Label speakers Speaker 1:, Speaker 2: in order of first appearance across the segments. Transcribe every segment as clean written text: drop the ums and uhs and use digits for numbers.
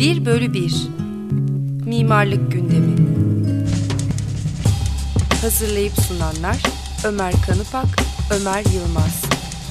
Speaker 1: 1/1 Mimarlık Gündemi. Hazırlayıp sunanlar Ömer Kanıpak, Ömer Yılmaz.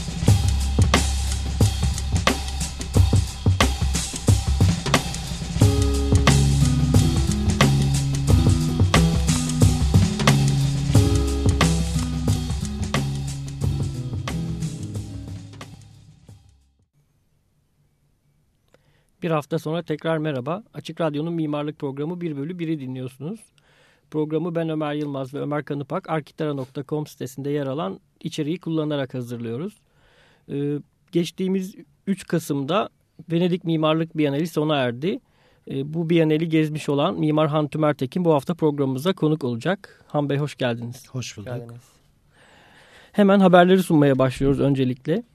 Speaker 2: Bir hafta sonra tekrar merhaba. Açık Radyo'nun mimarlık programı 1/1'i dinliyorsunuz. Programı ben Ömer Yılmaz ve Ömer Kanıpak arkitara.com sitesinde yer alan içeriği kullanarak hazırlıyoruz. Geçtiğimiz 3 Kasım'da Venedik Mimarlık Bienali sona erdi. Bu Bienali gezmiş olan Mimar Han Tümertekin bu hafta programımıza konuk olacak. Han Bey hoş geldiniz.
Speaker 3: Hoş bulduk.
Speaker 2: Geldiniz. Hemen haberleri sunmaya başlıyoruz öncelikle.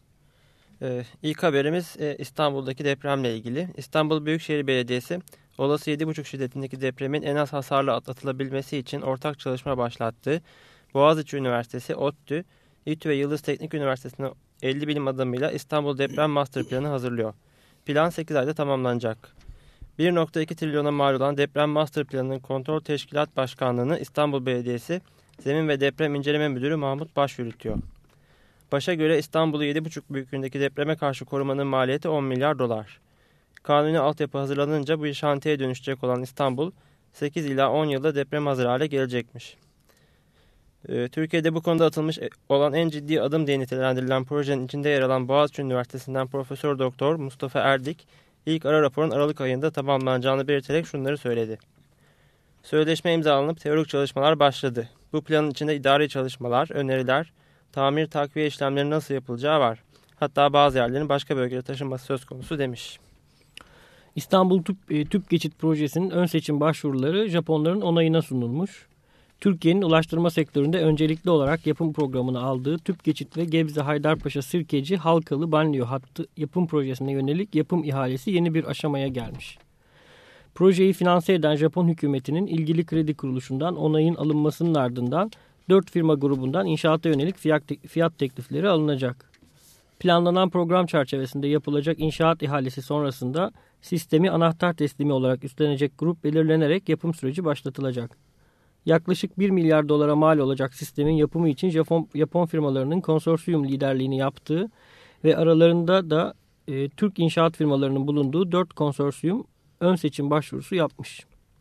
Speaker 4: İlk haberimiz İstanbul'daki depremle ilgili. İstanbul Büyükşehir Belediyesi olası 7,5 şiddetindeki depremin en az hasarla atlatılabilmesi için ortak çalışma başlattı. Boğaziçi Üniversitesi, ODTÜ, İTÜ ve Yıldız Teknik Üniversitesi'nin 50 bilim adamıyla İstanbul Deprem Master Planı hazırlıyor. Plan 8 ayda tamamlanacak. 1,2 trilyona mal olan Deprem Master Planı'nın Kontrol Teşkilat Başkanlığı'nı İstanbul Belediyesi Zemin ve Deprem İnceleme Müdürü Mahmut Baş yürütüyor. Baş'a göre İstanbul'u 7,5 büyüklüğündeki depreme karşı korumanın maliyeti 10 milyar dolar. Kanuni altyapı hazırlanınca bu şantiyeye dönüşecek olan İstanbul 8 ila 10 yılda deprem hazır hale gelecekmiş. Türkiye'de bu konuda atılmış olan en ciddi adım diye nitelendirilen projenin içinde yer alan Boğaziçi Üniversitesi'nden Profesör Doktor Mustafa Erdik ilk ara raporun Aralık ayında tamamlanacağını belirterek şunları söyledi. Sözleşme imzalanıp teorik çalışmalar başladı. Bu planın içinde idari çalışmalar, öneriler, tamir takviye işlemleri nasıl yapılacağı var. Hatta bazı yerlerin başka bölgelere taşınması söz konusu demiş.
Speaker 2: İstanbul Tüp Geçit Projesi'nin ön seçim başvuruları Japonların onayına sunulmuş. Türkiye'nin ulaştırma sektöründe öncelikli olarak yapım programını aldığı Tüp Geçit ve Gebze Haydarpaşa Sirkeci Halkalı Banliyö hattı yapım projesine yönelik yapım ihalesi yeni bir aşamaya gelmiş. Projeyi finanse eden Japon hükümetinin ilgili kredi kuruluşundan onayın alınmasının ardından 4 firma grubundan inşaata yönelik fiyat teklifleri alınacak. Planlanan program çerçevesinde yapılacak inşaat ihalesi sonrasında sistemi anahtar teslimi olarak üstlenecek grup belirlenerek yapım süreci başlatılacak. Yaklaşık 1 milyar dolara mal olacak sistemin yapımı için Japon firmalarının konsorsiyum liderliğini yaptığı ve aralarında da Türk inşaat firmalarının bulunduğu 4 konsorsiyum ön seçim başvurusu yapmış.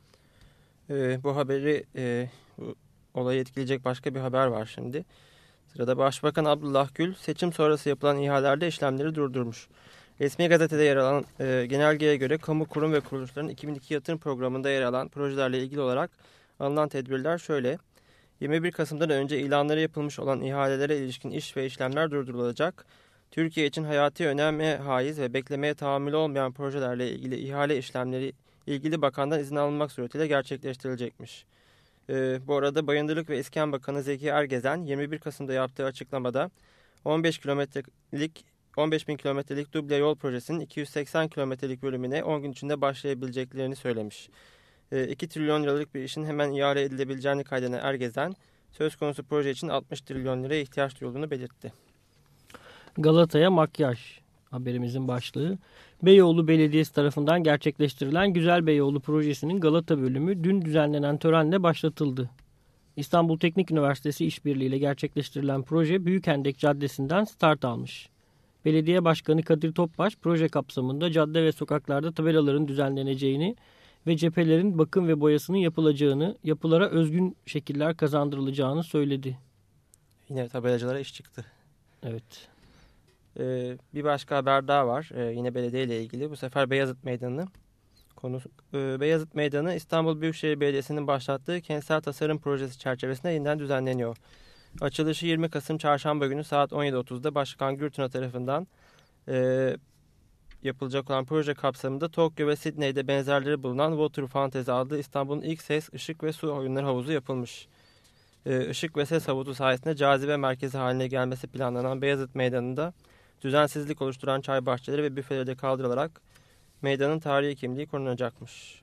Speaker 4: Bu haberi olayı etkileyecek başka bir haber var şimdi. Sırada Başbakan Abdullah Gül seçim sonrası yapılan ihalelerde işlemleri durdurmuş. Resmi gazetede yer alan genelgeye göre kamu kurum ve kuruluşların 2002 yatırım programında yer alan projelerle ilgili olarak alınan tedbirler şöyle. 21 Kasım'dan önce ilanları yapılmış olan ihalelere ilişkin iş ve işlemler durdurulacak. Türkiye için hayati öneme haiz ve beklemeye tahammülü olmayan projelerle ilgili ihale işlemleri ilgili bakandan izin alınmak suretiyle gerçekleştirilecekmiş. Bu arada Bayındırlık ve İskan Bakanı Zeki Ergezen 21 Kasım'da yaptığı açıklamada 15 bin kilometrelik duble yol projesinin 280 kilometrelik bölümüne 10 gün içinde başlayabileceklerini söylemiş. 2 trilyon liralık bir işin hemen ihale edilebileceğini kaydeden Ergezen, söz konusu proje için 60 trilyon liraya ihtiyaç duyulduğunu belirtti.
Speaker 2: Galata'ya makyaj haberimizin başlığı. Beyoğlu Belediyesi tarafından gerçekleştirilen Güzel Beyoğlu projesinin Galata bölümü dün düzenlenen törenle başlatıldı. İstanbul Teknik Üniversitesi işbirliğiyle gerçekleştirilen proje Büyükhendek Caddesi'nden start almış. Belediye Başkanı Kadir Topbaş proje kapsamında cadde ve sokaklarda tabelaların düzenleneceğini ve cephelerin bakım ve boyasının yapılacağını, yapılara özgün şekiller kazandırılacağını söyledi.
Speaker 4: Yine tabelacılara iş çıktı.
Speaker 2: Evet.
Speaker 4: Bir başka haber daha var. Yine belediye ile ilgili. Bu sefer Beyazıt Meydanı konusu. Beyazıt Meydanı İstanbul Büyükşehir Belediyesi'nin başlattığı kentsel tasarım projesi çerçevesinde yeniden düzenleniyor. Açılışı 20 Kasım Çarşamba günü saat 17.30'da Başkan Gürtuna tarafından yapılacak olan proje kapsamında Tokyo ve Sydney'de benzerleri bulunan Water Fantasy adlı İstanbul'un ilk ses, ışık ve su oyunları havuzu yapılmış. Işık ve ses havuzu sayesinde cazibe merkezi haline gelmesi planlanan Beyazıt Meydanı'nda düzensizlik oluşturan çay bahçeleri ve büfeleri de kaldırılarak meydanın tarihi kimliği korunacakmış.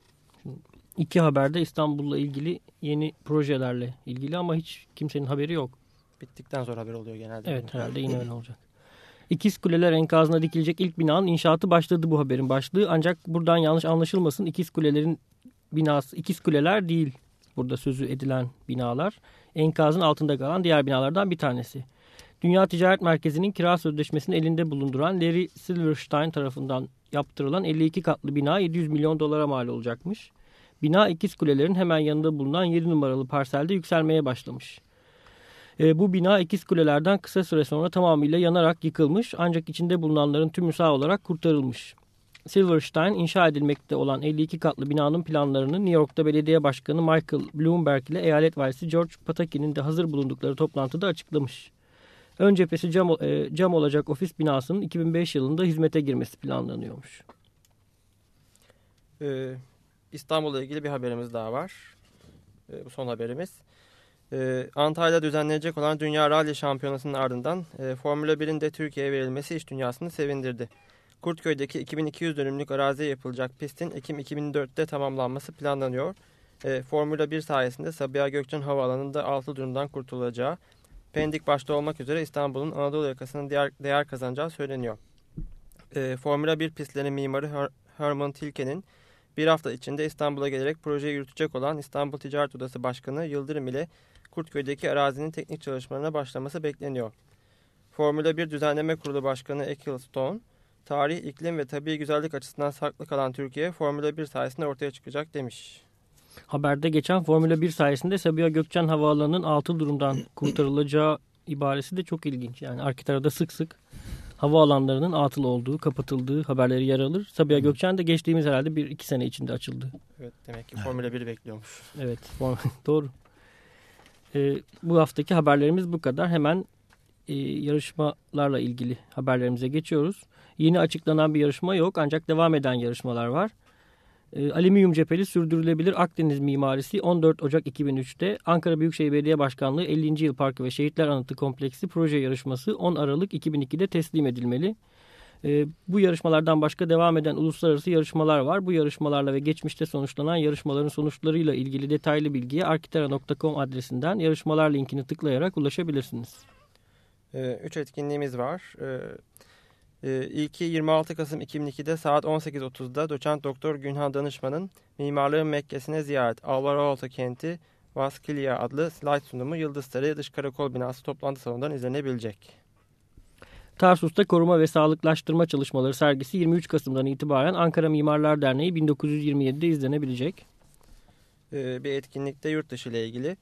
Speaker 2: İki haberde İstanbul'la ilgili yeni projelerle ilgili ama hiç kimsenin haberi yok.
Speaker 4: Bittikten sonra haber oluyor genelde.
Speaker 2: Evet, herhalde yine öyle olacak. İkiz Kuleler enkazına dikilecek ilk binanın inşaatı başladı bu haberin başlığı. Ancak buradan yanlış anlaşılmasın, İkiz Kulelerin binası, İkiz Kuleler değil burada sözü edilen binalar. Enkazın altında kalan diğer binalardan bir tanesi. Dünya Ticaret Merkezi'nin kira sözleşmesini elinde bulunduran Larry Silverstein tarafından yaptırılan 52 katlı bina 700 milyon dolara mal olacakmış. Bina İkiz Kulelerin hemen yanında bulunan 7 numaralı parselde yükselmeye başlamış. Bu bina İkiz Kulelerden kısa süre sonra tamamıyla yanarak yıkılmış, ancak içinde bulunanların tümü sağ olarak kurtarılmış. Silverstein inşa edilmekte olan 52 katlı binanın planlarını New York'ta belediye başkanı Michael Bloomberg ile eyalet valisi George Pataki'nin de hazır bulundukları toplantıda açıklamış. Ön cephesi cam olacak ofis binasının 2005 yılında hizmete girmesi planlanıyormuş.
Speaker 4: İstanbul'la ilgili bir haberimiz daha var. Bu son haberimiz. Antalya'da düzenlenecek olan Dünya Rally Şampiyonası'nın ardından Formula 1'in de Türkiye'ye verilmesi iş dünyasını sevindirdi. Kurtköy'deki 2200 dönümlük araziye yapılacak pistin Ekim 2004'te tamamlanması planlanıyor. Formula 1 sayesinde Sabiha Gökçen Havaalanı'nda 6 durumdan kurtulacağı, Pendik başta olmak üzere İstanbul'un Anadolu yakasının değer kazanacağı söyleniyor. Formula 1 pistlerinin mimarı Herman Tilke'nin bir hafta içinde İstanbul'a gelerek projeyi yürütecek olan İstanbul Ticaret Odası Başkanı Yıldırım ile Kurtköy'deki arazinin teknik çalışmalarına başlaması bekleniyor. Formula 1 Düzenleme Kurulu Başkanı Ecclestone, tarih, iklim ve tabii güzellik açısından saklı kalan Türkiye Formula 1 sayesinde ortaya çıkacak demiş.
Speaker 2: Haberde geçen Formula 1 sayesinde Sabiha Gökçen Havaalanı'nın 6 durumdan kurtarılacağı ibaresi de çok ilginç. Yani Arkitara'da sık sık havaalanlarının atıl olduğu, kapatıldığı haberleri yer alır. Sabiha Gökçen de geçtiğimiz herhalde 1-2 sene içinde açıldı.
Speaker 4: Evet, demek ki Formula 1'i bekliyormuş.
Speaker 2: Evet, doğru. Bu haftaki haberlerimiz bu kadar. Hemen yarışmalarla ilgili haberlerimize geçiyoruz. Yeni açıklanan bir yarışma yok, ancak devam eden yarışmalar var. Alüminyum cepheli sürdürülebilir Akdeniz mimarisi 14 Ocak 2003'te Ankara Büyükşehir Belediye Başkanlığı 50. Yıl Parkı ve Şehitler Anıtı Kompleksi proje yarışması 10 Aralık 2002'de teslim edilmeli. Bu yarışmalardan başka devam eden uluslararası yarışmalar var. Bu yarışmalarla ve geçmişte sonuçlanan yarışmaların sonuçlarıyla ilgili detaylı bilgiye arkitera.com adresinden yarışmalar linkini tıklayarak ulaşabilirsiniz.
Speaker 4: 3 etkinliğimiz var. İlki 26 Kasım 2002'de saat 18.30'da Doçent Doktor Günhan Danışman'ın Mimarlığın Mekke'sine ziyaret Alvarado kenti Vaskilya adlı slide sunumu Yıldızsarı Dış Karakol Binası toplantı salonundan izlenebilecek.
Speaker 2: Tarsus'ta koruma ve sağlıklaştırma çalışmaları sergisi 23 Kasım'dan itibaren Ankara Mimarlar Derneği 1927'de izlenebilecek.
Speaker 4: Bir etkinlikte yurt dışı ile ilgili.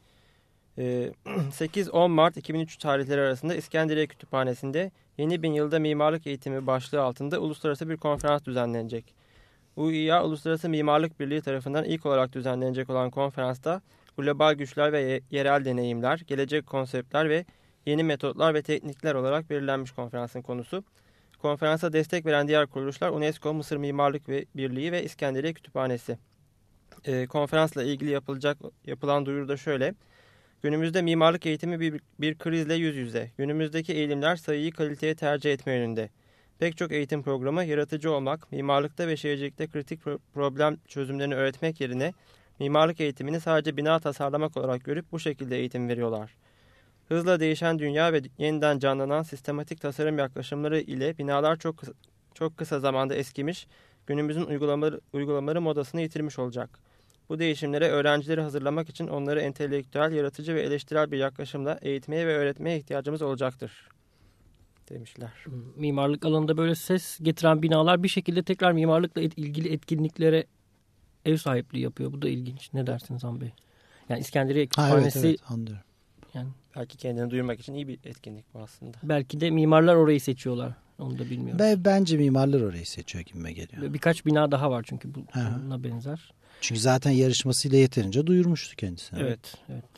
Speaker 4: 8-10 Mart 2003 tarihleri arasında İskenderiye Kütüphanesi'nde Yeni Bin Yılda Mimarlık Eğitimi başlığı altında uluslararası bir konferans düzenlenecek. UİA Uluslararası Mimarlık Birliği tarafından ilk olarak düzenlenecek olan konferansta global güçler ve yerel deneyimler, gelecek konseptler ve yeni metotlar ve teknikler olarak belirlenmiş konferansın konusu. Konferansa destek veren diğer kuruluşlar UNESCO, Mısır Mimarlık Birliği ve İskenderiye Kütüphanesi. Konferansla ilgili yapılan duyuruda şöyle: günümüzde mimarlık eğitimi bir krizle yüz yüze. Günümüzdeki eğilimler sayıyı kaliteye tercih etme yönünde. Pek çok eğitim programı yaratıcı olmak, mimarlıkta ve şehircilikte kritik problem çözümlerini öğretmek yerine mimarlık eğitimini sadece bina tasarlamak olarak görüp bu şekilde eğitim veriyorlar. Hızla değişen dünya ve yeniden canlanan sistematik tasarım yaklaşımları ile binalar çok kısa zamanda eskimiş, günümüzün uygulamaları modasını yitirmiş olacak. Bu değişimlere öğrencileri hazırlamak için onları entelektüel, yaratıcı ve eleştirel bir yaklaşımla eğitmeye ve öğretmeye ihtiyacımız olacaktır demişler.
Speaker 2: Mimarlık alanında böyle ses getiren binalar bir şekilde tekrar mimarlıkla ilgili etkinliklere ev sahipliği yapıyor. Bu da ilginç. Ne dersiniz Han Bey? Yani İskenderiye Kütüphanesi...
Speaker 3: Evet, anlıyorum.
Speaker 2: Yani,
Speaker 4: belki kendini duyurmak için iyi bir etkinlik bu aslında.
Speaker 2: Belki de mimarlar orayı seçiyorlar. Onu da bilmiyorum.
Speaker 3: Bence mimarlar orayı seçiyor gibime geliyor.
Speaker 2: Birkaç bina daha var çünkü buna benzer.
Speaker 3: Çünkü zaten yarışmasıyla yeterince duyurmuştu kendisini.
Speaker 2: Evet.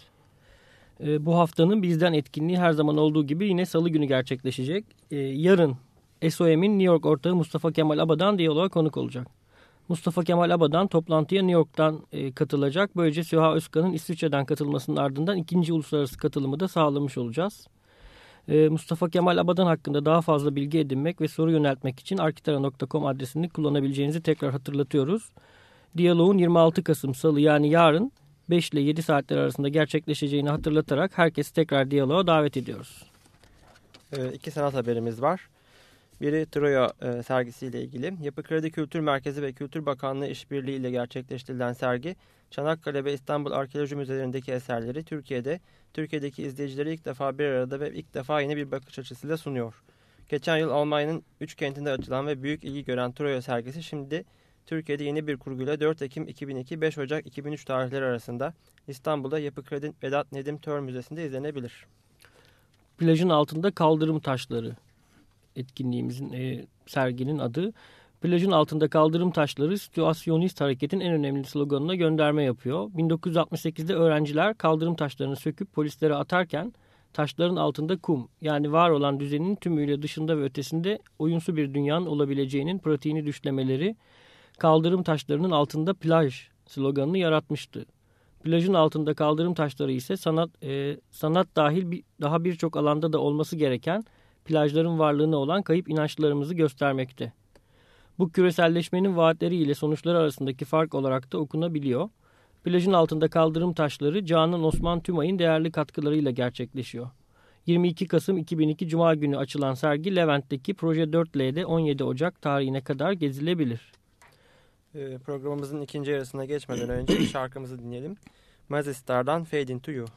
Speaker 2: Bu haftanın bizden etkinliği her zaman olduğu gibi yine salı günü gerçekleşecek. Yarın SOM'in New York ortağı Mustafa Kemal Abadan diyaloğa konuk olacak. Mustafa Kemal Abadan toplantıya New York'tan katılacak. Böylece Süha Özkan'ın İsviçre'den katılmasının ardından ikinci uluslararası katılımı da sağlamış olacağız. Mustafa Kemal Abadan hakkında daha fazla bilgi edinmek ve soru yöneltmek için arkitara.com adresini kullanabileceğinizi tekrar hatırlatıyoruz. Diyaloğun 26 Kasım Salı yani yarın 5 ile 7 saatler arasında gerçekleşeceğini hatırlatarak herkesi tekrar diyaloğa davet ediyoruz.
Speaker 4: 2 sanat haberimiz var. Biri Troya sergisiyle ilgili. Yapı Kredi Kültür Merkezi ve Kültür Bakanlığı işbirliği ile gerçekleştirilen sergi, Çanakkale ve İstanbul Arkeoloji Müzelerindeki eserleri Türkiye'deki izleyicileri ilk defa bir arada ve ilk defa yeni bir bakış açısıyla sunuyor. Geçen yıl Almanya'nın 3 kentinde açılan ve büyük ilgi gören Troya sergisi şimdi Türkiye'de yeni bir kurguyla 4 Ekim 2002-5 Ocak 2003 tarihleri arasında İstanbul'da Yapı Kredi Vedat Nedim Tör Müzesi'nde izlenebilir.
Speaker 2: Plajın altında kaldırım taşları etkinliğimizin serginin adı. Plajın altında kaldırım taşları situasyonist hareketin en önemli sloganına gönderme yapıyor. 1968'de öğrenciler kaldırım taşlarını söküp polislere atarken taşların altında kum, yani var olan düzenin tümüyle dışında ve ötesinde oyunsu bir dünyanın olabileceğinin pratiğini düşlemeleri kaldırım taşlarının altında plaj sloganını yaratmıştı. Plajın altında kaldırım taşları ise sanat dahil daha birçok alanda da olması gereken plajların varlığına olan kayıp inançlarımızı göstermekte. Bu küreselleşmenin vaatleriyle sonuçları arasındaki fark olarak da okunabiliyor. Plajın altında kaldırım taşları Canan Osman Tümay'ın değerli katkılarıyla gerçekleşiyor. 22 Kasım 2002 Cuma günü açılan sergi Levent'teki Proje 4L'de 17 Ocak tarihine kadar gezilebilir.
Speaker 4: Programımızın ikinci yarısına geçmeden önce şarkımızı dinleyelim. Mazzy Star'dan Fade Into You.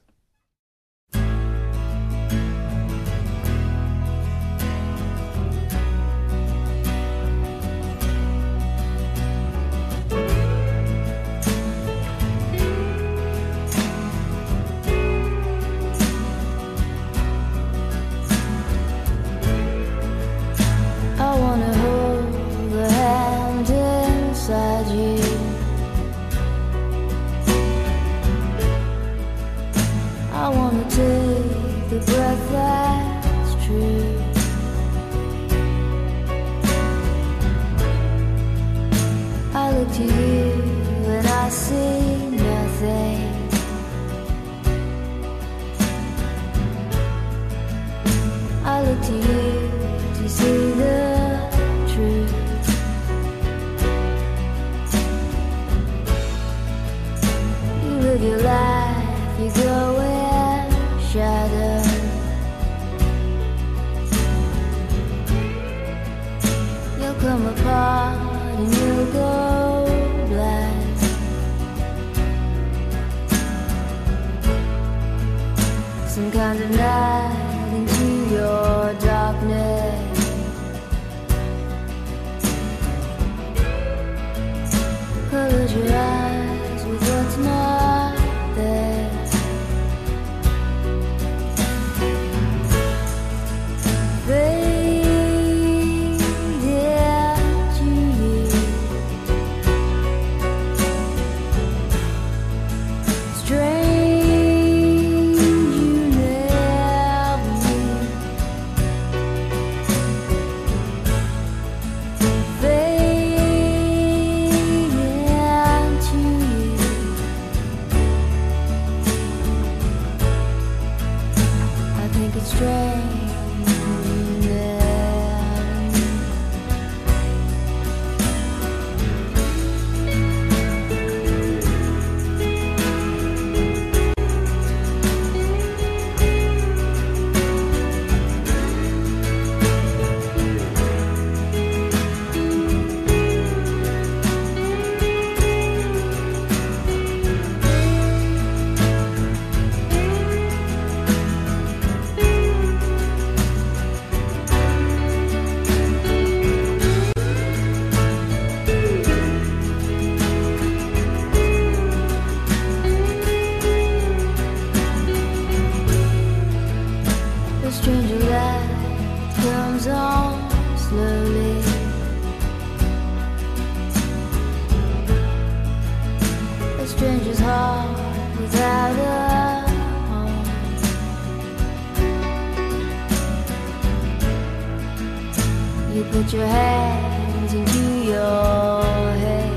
Speaker 5: Put your hands into your head.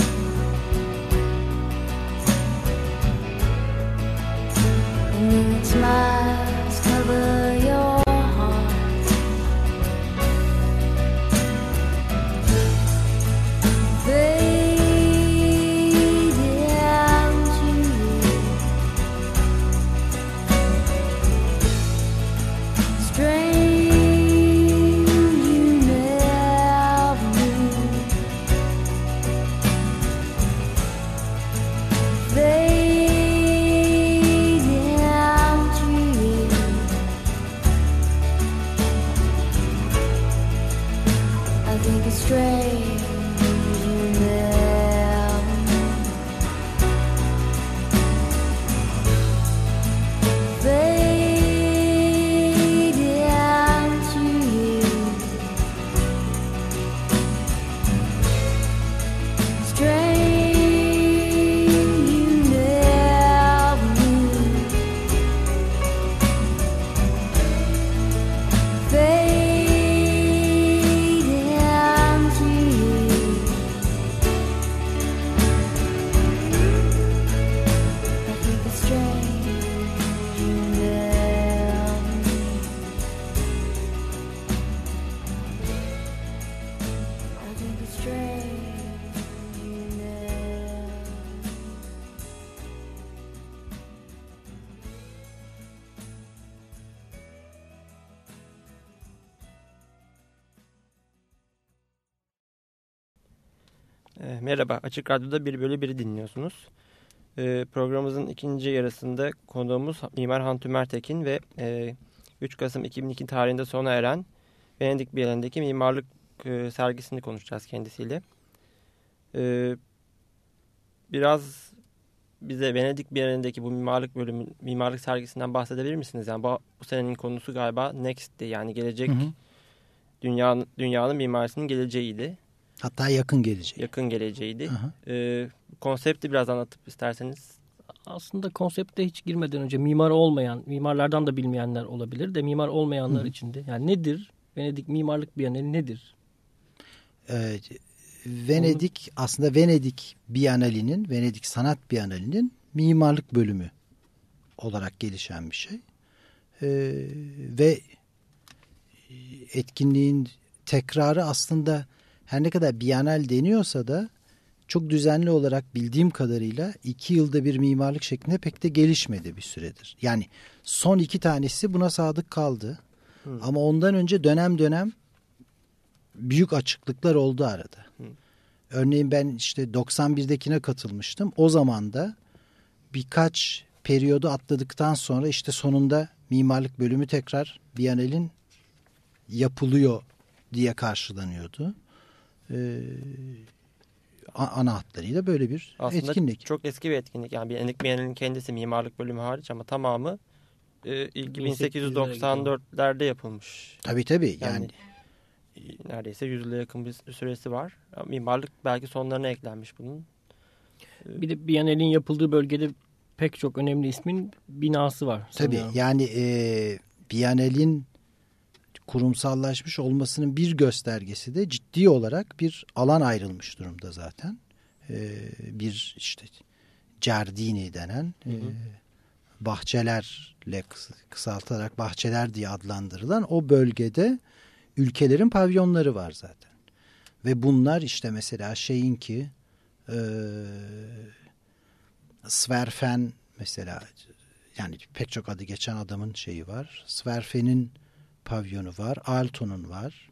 Speaker 5: And then smiles cover your heart. Fade down to you. Strange.
Speaker 4: Merhaba, Açık Radyo'da 1/1'i dinliyorsunuz. Programımızın ikinci yarısında konuğumuz Mimar Han Tümertekin ve 3 Kasım 2002 tarihinde sona eren Venedik Bienalindeki mimarlık sergisini konuşacağız kendisiyle. Biraz bize Venedik Bienalindeki bu mimarlık sergisinden bahsedebilir misiniz? Yani bu senenin konusu galiba Next'ti, yani gelecek, dünyanın mimarisinin geleceğiydi.
Speaker 3: Hatta yakın geleceği.
Speaker 4: Yakın geleceğiydi. Konsepti biraz anlatıp isterseniz.
Speaker 2: Aslında konsepte hiç girmeden önce mimarlardan da bilmeyenler olabilir de mimar olmayanlar için de. Yani nedir? Venedik Mimarlık Bienali nedir?
Speaker 3: Venedik Bienali'nin, Venedik Sanat Bienali'nin mimarlık bölümü olarak gelişen bir şey. Ve etkinliğin tekrarı aslında her ne kadar Bienal deniyorsa da çok düzenli olarak bildiğim kadarıyla 2 yılda bir mimarlık şeklinde pek de gelişmedi bir süredir. Yani son 2 tanesi buna sadık kaldı. Ama ondan önce dönem dönem büyük açıklıklar oldu arada. Örneğin ben işte 91'dekine katılmıştım. O zaman da birkaç periyodu atladıktan sonra işte sonunda mimarlık bölümü tekrar Bienal'in yapılıyor diye karşılanıyordu. Ana hatlarıyla böyle bir
Speaker 4: aslında
Speaker 3: etkinlik.
Speaker 4: Aslında çok eski bir etkinlik. Yani Venedik Bienali'nin kendisi mimarlık bölümü hariç ama tamamı ilk 1894'lerde yapılmış.
Speaker 3: Tabii. Yani
Speaker 4: neredeyse 100 yıla yakın bir süresi var. Mimarlık belki sonlarına eklenmiş bunun.
Speaker 2: Bir de Bienal'in yapıldığı bölgede pek çok önemli ismin binası var.
Speaker 3: Tabii
Speaker 2: sanıyorum.
Speaker 3: yani Bienal'in kurumsallaşmış olmasının bir göstergesi de ciddi olarak bir alan ayrılmış durumda zaten. Bir işte Giardini denen bahçelerle kısaltarak bahçeler diye adlandırılan o bölgede ülkelerin pavyonları var zaten. Ve bunlar işte mesela şeyinki Sverfen mesela, yani pek çok adı geçen adamın şeyi var. Sverfen'in pavyonu var. Aalto'nun var.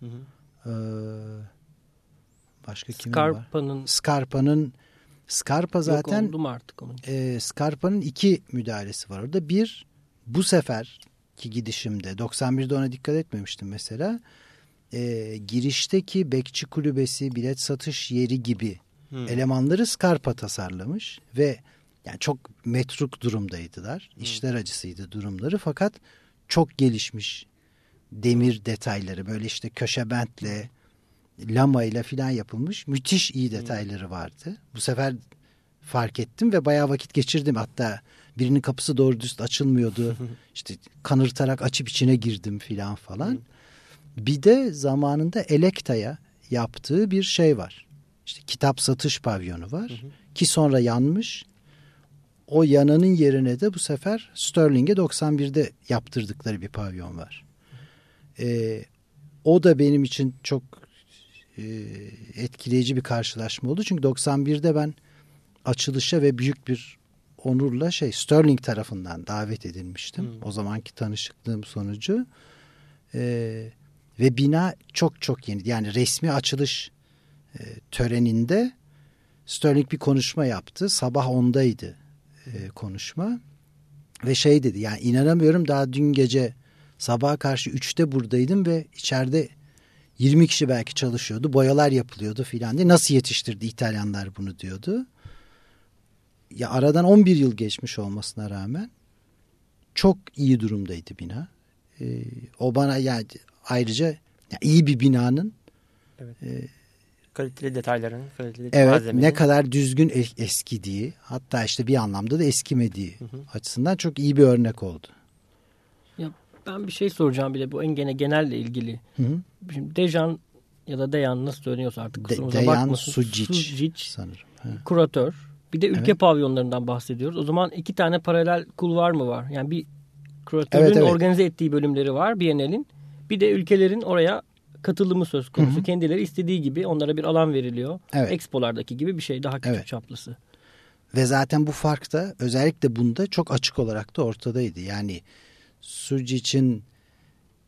Speaker 3: Başka kimin var? Scarpa zaten.
Speaker 2: Yok, oldu mu artık onun?
Speaker 3: Scarpa'nın 2 müdahalesi var orada. Bir, bu seferki gidişimde 91'de ona dikkat etmemiştim mesela. Girişteki bekçi kulübesi, bilet satış yeri gibi elemanları Scarpa tasarlamış ve yani çok metruk durumdaydılar. İşler acısıydı durumları, fakat çok gelişmiş demir detayları, böyle işte köşe bentle, lama ile filan yapılmış müthiş iyi detayları vardı. Bu sefer fark ettim ve bayağı vakit geçirdim. Hatta birinin kapısı doğru düz açılmıyordu. İşte kanırtarak açıp içine girdim filan falan. Bir de zamanında Elekta'ya yaptığı bir şey var. İşte kitap satış pavyonu var. Ki sonra yanmış. O yananın yerine de bu sefer Sterling'e 91'de yaptırdıkları bir pavyon var. O da benim için çok etkileyici bir karşılaşma oldu. Çünkü 91'de ben açılışa ve büyük bir onurla Sterling tarafından davet edilmiştim. O zamanki tanışıklığım sonucu. Ve bina çok çok yeni. Yani resmi açılış töreninde Sterling bir konuşma yaptı. Sabah 10'daydı konuşma. Ve dedi, yani inanamıyorum, daha dün gece sabaha karşı 3'te buradaydım ve içeride 20 kişi belki çalışıyordu. Boyalar yapılıyordu filan diye. Nasıl yetiştirdi İtalyanlar bunu diyordu. Ya aradan 11 yıl geçmiş olmasına rağmen çok iyi durumdaydı bina. O bana yani ayrıca iyi bir binanın
Speaker 4: kaliteli detayların, kaliteli
Speaker 3: malzemenin ne kadar düzgün eskidiği, hatta işte bir anlamda da eskimediği açısından çok iyi bir örnek oldu.
Speaker 2: Ya ben bir şey soracağım bile bu genelle ilgili. Şimdi Dejan ya da Dejan nasıl söyleniyorsa artık kusurumuza bakmasın.
Speaker 3: Sucic sanırım.
Speaker 2: Kuratör. Bir de ülke pavyonlarından bahsediyoruz. O zaman 2 tane paralel kulvar mı var? Yani bir kuratörün organize ettiği bölümleri var Bienal'in. Bir de ülkelerin oraya katılımı söz konusu. Kendileri istediği gibi onlara bir alan veriliyor. Expo'lardaki gibi bir şey, daha küçük çaplısı.
Speaker 3: Ve zaten bu fark da özellikle bunda çok açık olarak da ortadaydı. Yani Sucic'in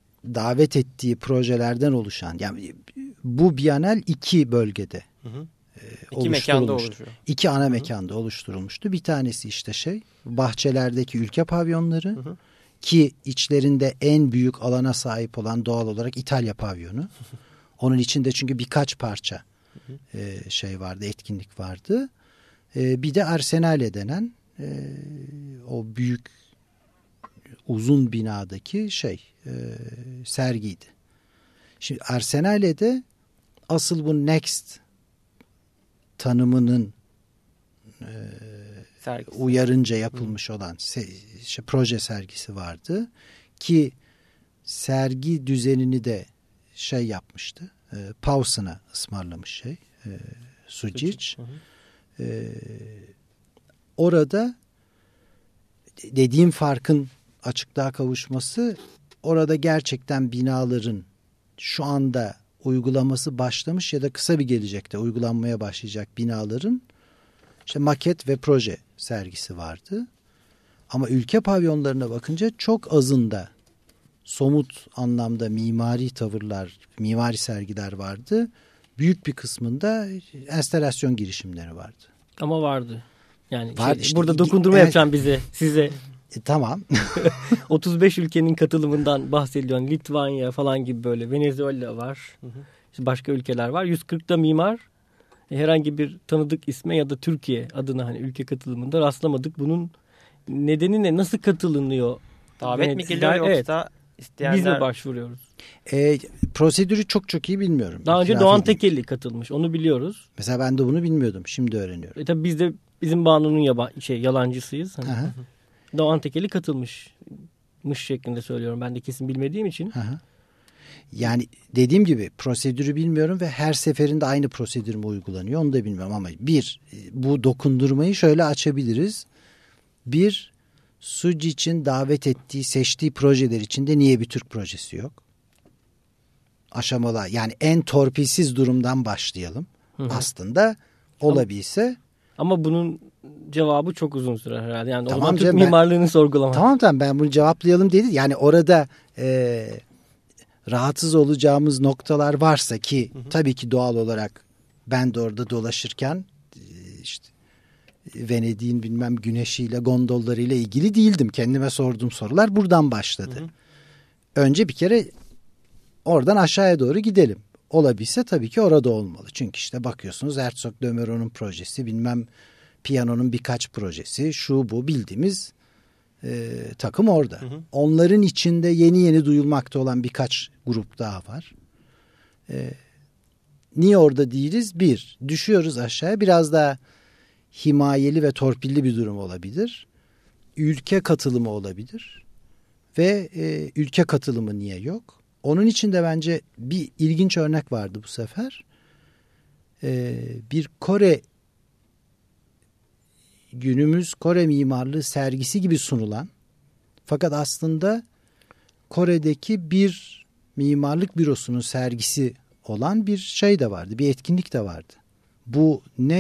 Speaker 3: davet ettiği projelerden oluşan, yani bu Bienal 2 bölgede
Speaker 4: İki mekanda oluşuyor.
Speaker 3: İki ana mekanda oluşturulmuştu. Bir tanesi işte bahçelerdeki ülke pavyonları ki içlerinde en büyük alana sahip olan doğal olarak İtalya pavyonu. Onun içinde çünkü birkaç parça vardı, etkinlik vardı. Bir de Arsenale denen o büyük uzun binadaki sergiydi. Şimdi Arsenale'de asıl bu Next tanımının uyarınca yapılmış olan proje sergisi vardı ki sergi düzenini de yapmıştı. Paus'una ısmarlamış Sucic. Orada dediğim farkın açıklığa kavuşması, orada gerçekten binaların şu anda uygulaması başlamış ya da kısa bir gelecekte uygulanmaya başlayacak binaların maket ve proje sergisi vardı. Ama ülke pavyonlarına bakınca çok azında somut anlamda mimari tavırlar, mimari sergiler vardı. Büyük bir kısmında enstalasyon girişimleri vardı.
Speaker 2: Ama vardı. Yani
Speaker 3: işte,
Speaker 2: burada dokundurma yapacağım size.
Speaker 3: Tamam.
Speaker 2: 35 ülkenin katılımından bahsediyor. Litvanya falan gibi, böyle Venezuela var. İşte başka ülkeler var. 140'da mimar, herhangi bir tanıdık isme ya da Türkiye adına ülke katılımında rastlamadık. Bunun nedeni ne? Nasıl katılınıyor?
Speaker 4: Davet mi geliyor yoksa isteyenler?
Speaker 2: Biz mi başvuruyoruz?
Speaker 3: Prosedürü çok iyi bilmiyorum.
Speaker 2: Daha önce Doğan Tekeli katılmış. Onu biliyoruz.
Speaker 3: Mesela ben de bunu bilmiyordum. Şimdi öğreniyorum.
Speaker 2: Tabii biz de bizim Banu'nun yalancısıyız. Doğan Tekeli katılmış şeklinde söylüyorum. Ben de kesin bilmediğim için.
Speaker 3: Yani dediğim gibi prosedürü bilmiyorum ve her seferinde aynı prosedür mü uygulanıyor onu da bilmiyorum. Ama bu dokundurmayı şöyle açabiliriz. Sucic'in davet ettiği, seçtiği projeler içinde niye bir Türk projesi yok? Aşamalı, yani en torpilsiz durumdan başlayalım. Aslında olabilse. Ama
Speaker 2: bunun cevabı çok uzun sürer herhalde. Yani tamam, Türk mimarlığını sorgulamak.
Speaker 3: Tamam ben bunu cevaplayalım dedi. Yani orada rahatsız olacağımız noktalar varsa ki tabii ki doğal olarak ben de orada dolaşırken Venedik'in güneşiyle, gondollarıyla ilgili değildim. Kendime sorduğum sorular buradan başladı. Önce bir kere oradan aşağıya doğru gidelim. Olabilse tabii ki orada olmalı. Çünkü bakıyorsunuz Herzog de Meuron'un projesi, piyanonun birkaç projesi, bu bildiğimiz takım orada. Onların içinde yeni duyulmakta olan birkaç grup daha var. Niye orada değiliz? Düşüyoruz aşağıya. Biraz daha himayeli ve torpilli bir durum olabilir. Ülke katılımı olabilir. Ve ülke katılımı niye yok? Onun için de bence bir ilginç örnek vardı bu sefer. Bir günümüz Kore mimarlığı sergisi gibi sunulan, fakat aslında Kore'deki bir mimarlık bürosunun sergisi olan bir de vardı. Bir etkinlik de vardı. Bu ne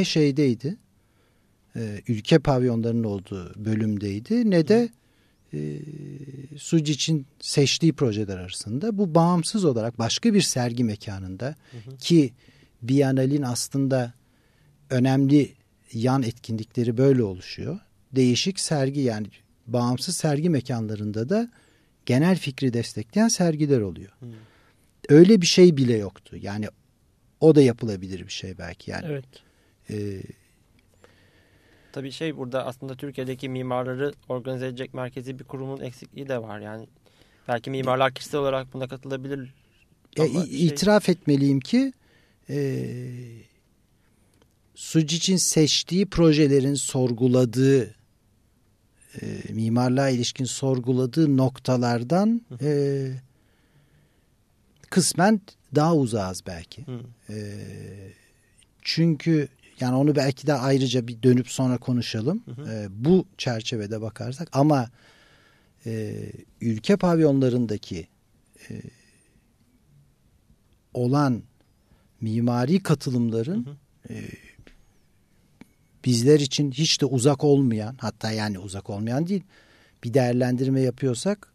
Speaker 3: ülke pavyonlarının olduğu bölümdeydi ne de Sucic'in seçtiği projeler arasında. Bu bağımsız olarak başka bir sergi mekanında ki Biennale'in aslında önemli yan etkinlikleri böyle oluşuyor. Değişik sergi, yani bağımsız sergi mekanlarında da genel fikri destekleyen sergiler oluyor. Öyle bir şey bile yoktu. Yani o da yapılabilir bir şey belki. Yani.
Speaker 2: Evet.
Speaker 4: Tabii burada aslında Türkiye'deki mimarları organize edecek merkezi bir kurumun eksikliği de var. Yani belki mimarlar kişisel olarak buna katılabilir.
Speaker 3: İtiraf etmeliyim ki Sucic'in seçtiği projelerin sorguladığı, mimarlığa ilişkin sorguladığı noktalardan kısmen daha uzağız belki. Çünkü yani onu belki de ayrıca bir dönüp sonra konuşalım. Bu çerçevede bakarsak ama ülke pavyonlarındaki olan mimari katılımların bizler için hiç de uzak olmayan, hatta yani uzak olmayan değil, bir değerlendirme yapıyorsak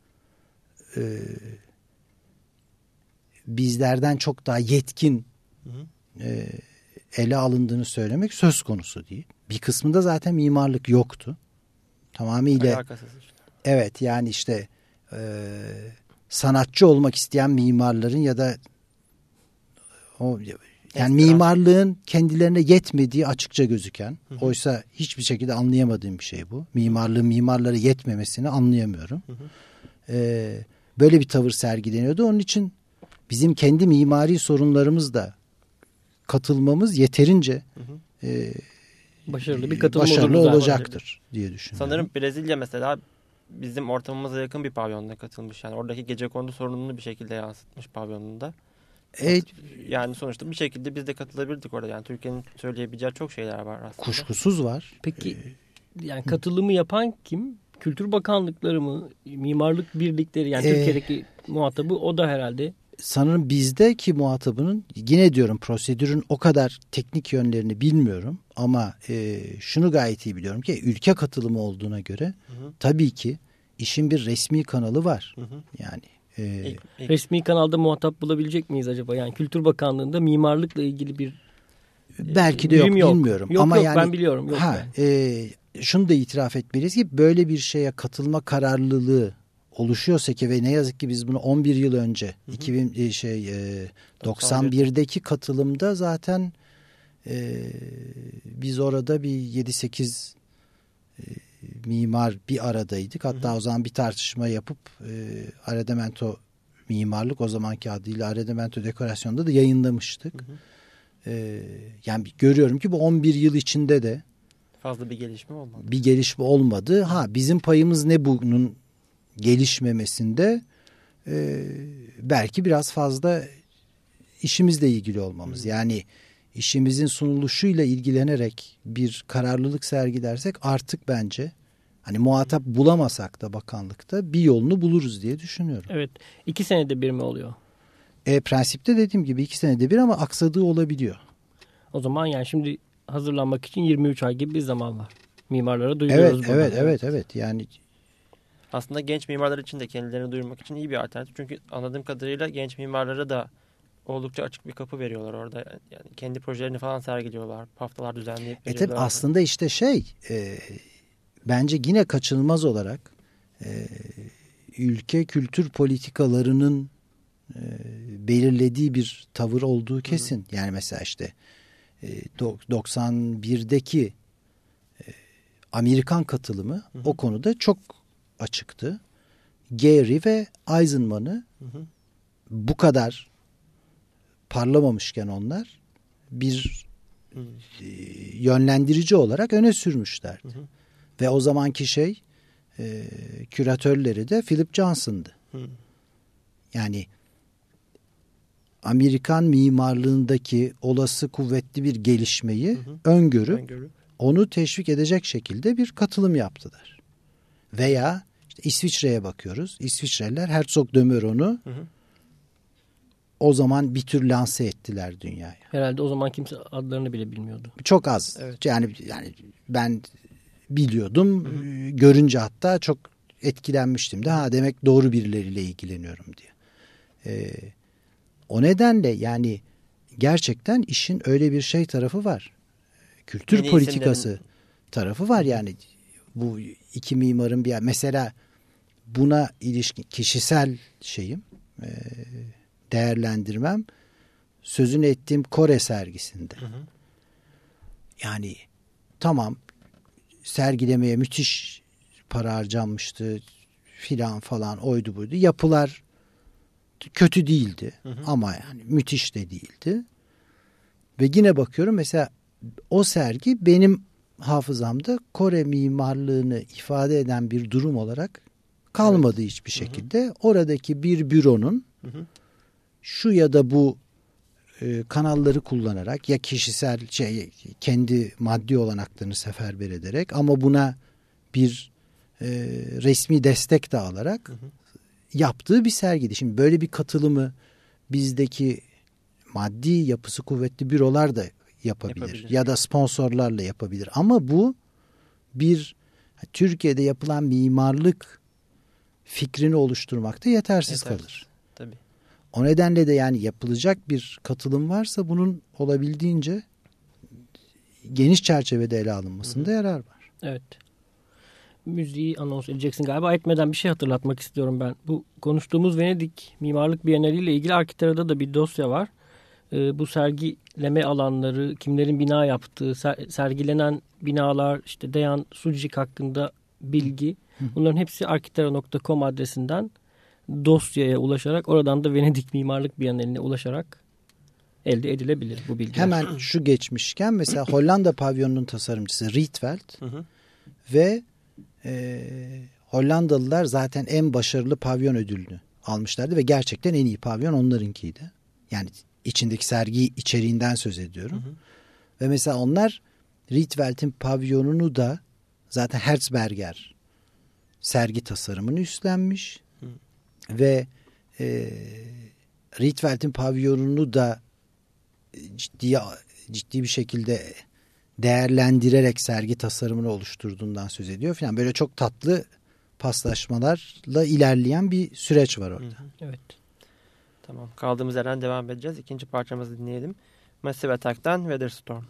Speaker 3: bizlerden çok daha yetkin ele alındığını söylemek söz konusu değil. Bir kısmında zaten mimarlık yoktu. Tamamıyla
Speaker 4: Alakasız işte.
Speaker 3: evet, yani işte sanatçı olmak isteyen mimarların ya da o yani mimarlığın kendilerine yetmediği açıkça gözüken, oysa hiçbir şekilde anlayamadığım bir şey bu. Mimarlığın mimarlara yetmemesini anlayamıyorum. Böyle bir tavır sergileniyordu. Onun için bizim kendi mimari sorunlarımız da katılmamız yeterince
Speaker 2: başarılı bir katılım
Speaker 3: başarılı
Speaker 2: olurdu
Speaker 3: olacaktır diye düşünüyorum.
Speaker 4: Sanırım Brezilya mesela bizim ortamımıza yakın bir pavyonda katılmış. Yani oradaki gecekondu sorununu bir şekilde yansıtmış pavyonunda. Yani sonuçta bir şekilde biz de katılabilirdik orada. Yani Türkiye'nin söyleyebileceği çok şeyler var aslında.
Speaker 3: Kuşkusuz var.
Speaker 2: Peki yani katılımı yapan kim? Kültür Bakanlıkları mı? Mimarlık birlikleri, yani Türkiye'deki muhatabı o da herhalde.
Speaker 3: Sanırım bizdeki muhatabının, yine diyorum, prosedürün o kadar teknik yönlerini bilmiyorum. Ama şunu gayet iyi biliyorum ki ülke katılımı olduğuna göre tabii ki işin bir resmi kanalı var. Yani
Speaker 2: resmi kanalda muhatap bulabilecek miyiz acaba? Yani Kültür Bakanlığı'nda mimarlıkla ilgili bir
Speaker 3: belki de yok, bilmiyorum.
Speaker 2: Yok,
Speaker 3: ama
Speaker 2: yok,
Speaker 3: yani,
Speaker 2: ben biliyorum. Yok
Speaker 3: şunu da itiraf etmeliyiz ki böyle bir şeye katılma kararlılığı oluşuyorsa ki, ve ne yazık ki biz bunu 11 yıl önce 91'deki katılımda zaten biz orada bir 7-8 mimar bir aradaydık. Hatta o zaman bir tartışma yapıp Arredamento Mimarlık, o zamanki adıyla Arredamento Dekorasyon'da da yayınlamıştık. Yani görüyorum ki bu 11 yıl içinde de
Speaker 4: fazla bir gelişme olmadı.
Speaker 3: Bir gelişme olmadı. Bizim payımız ne bunun gelişmemesinde? Belki biraz fazla işimizle ilgili olmamız. Yani işimizin sunuluşuyla ilgilenerek bir kararlılık sergilersek artık bence hani muhatap bulamasak da bakanlıkta bir yolunu buluruz diye düşünüyorum.
Speaker 2: Evet. 2 senede bir mi oluyor?
Speaker 3: Prensipte dediğim gibi 2 senede bir, ama aksadığı olabiliyor.
Speaker 2: O zaman yani şimdi hazırlanmak için 23 ay gibi bir zaman var. Mimarlara duyuruyoruz.
Speaker 3: Evet. Yani
Speaker 4: aslında genç mimarlar için de kendilerini duyurmak için iyi bir alternatif. Çünkü anladığım kadarıyla genç mimarlara da oldukça açık bir kapı veriyorlar orada. Yani kendi projelerini falan sergiliyorlar. Haftalar düzenleyip veriyorlar.
Speaker 3: Tabii aslında işte bence yine kaçınılmaz olarak ülke kültür politikalarının belirlediği bir tavır olduğu kesin. Yani mesela işte 91'deki Amerikan katılımı o konuda çok açıktı. Gehry ve Eisenman'ı bu kadar parlamamışken onlar bir yönlendirici olarak öne sürmüşlerdi. Ve o zamanki küratörleri de Philip Johnson'dı. Yani Amerikan mimarlığındaki olası kuvvetli bir gelişmeyi öngörüp onu teşvik edecek şekilde bir katılım yaptılar. Veya işte İsviçre'ye bakıyoruz. İsviçreliler Herzog de Meuron'u o zaman bir tür lanse ettiler dünyaya.
Speaker 2: Herhalde o zaman kimse adlarını bile bilmiyordu.
Speaker 3: Çok az. Evet. Yani ben biliyordum. Görünce hatta çok etkilenmiştim de. Demek doğru birileriyle ilgileniyorum diye. O nedenle yani gerçekten işin öyle bir tarafı var. Kültür politikası tarafı var yani. Bu iki mimarın mesela buna ilişkin kişisel değerlendirmem, sözünü ettiğim Kore sergisinde. Yani tamam, sergilemeye müthiş para harcanmıştı filan falan, oydu buydu. Yapılar kötü değildi ama yani müthiş de değildi. Ve yine bakıyorum mesela o sergi benim hafızamda Kore mimarlığını ifade eden bir durum olarak kalmadı hiçbir şekilde. Oradaki bir büronun şu ya da bu kanalları kullanarak, ya kişisel kendi maddi olanaklarını seferber ederek ama buna bir resmi destek de alarak yaptığı bir sergiydi. Şimdi böyle bir katılımı bizdeki maddi yapısı kuvvetli bürolar da yapabilir. Ya da sponsorlarla yapabilir. Ama bu bir Türkiye'de yapılan mimarlık fikrini oluşturmakta yetersiz kalır.
Speaker 4: Tabii.
Speaker 3: O nedenle de yani yapılacak bir katılım varsa bunun olabildiğince geniş çerçevede ele alınmasında yarar var.
Speaker 2: Evet. Müziği anons edeceksin galiba. Etmeden bir şey hatırlatmak istiyorum ben. Bu konuştuğumuz Venedik Mimarlık Bienali ile ilgili Arkitera'da da bir dosya var. Bu sergileme alanları, kimlerin bina yaptığı, sergilenen binalar, işte Dejan Sucic hakkında bilgi. Bunların hepsi arkitera.com adresinden dosyaya ulaşarak, oradan da Venedik Mimarlık Bienali'ne ulaşarak elde edilebilir bu bilgiler.
Speaker 3: Hemen şu geçmişken mesela Hollanda pavyonunun tasarımcısı Rietveld ve Hollandalılar zaten en başarılı pavyon ödülünü almışlardı ve gerçekten en iyi pavyon onlarınkiydi. Yani içindeki sergi içeriğinden söz ediyorum. Ve mesela onlar Rietveld'in pavyonunu da zaten Herzberger sergi tasarımını üstlenmiş ve Rietveld'in pavyonunu da ciddi bir şekilde değerlendirerek sergi tasarımını oluşturduğundan söz ediyor falan. Böyle çok tatlı paslaşmalarla ilerleyen bir süreç var orada.
Speaker 2: Evet.
Speaker 4: Tamam. Kaldığımız yerden devam edeceğiz. İkinci parçamızı dinleyelim. Massive Attack'tan Weather Storm.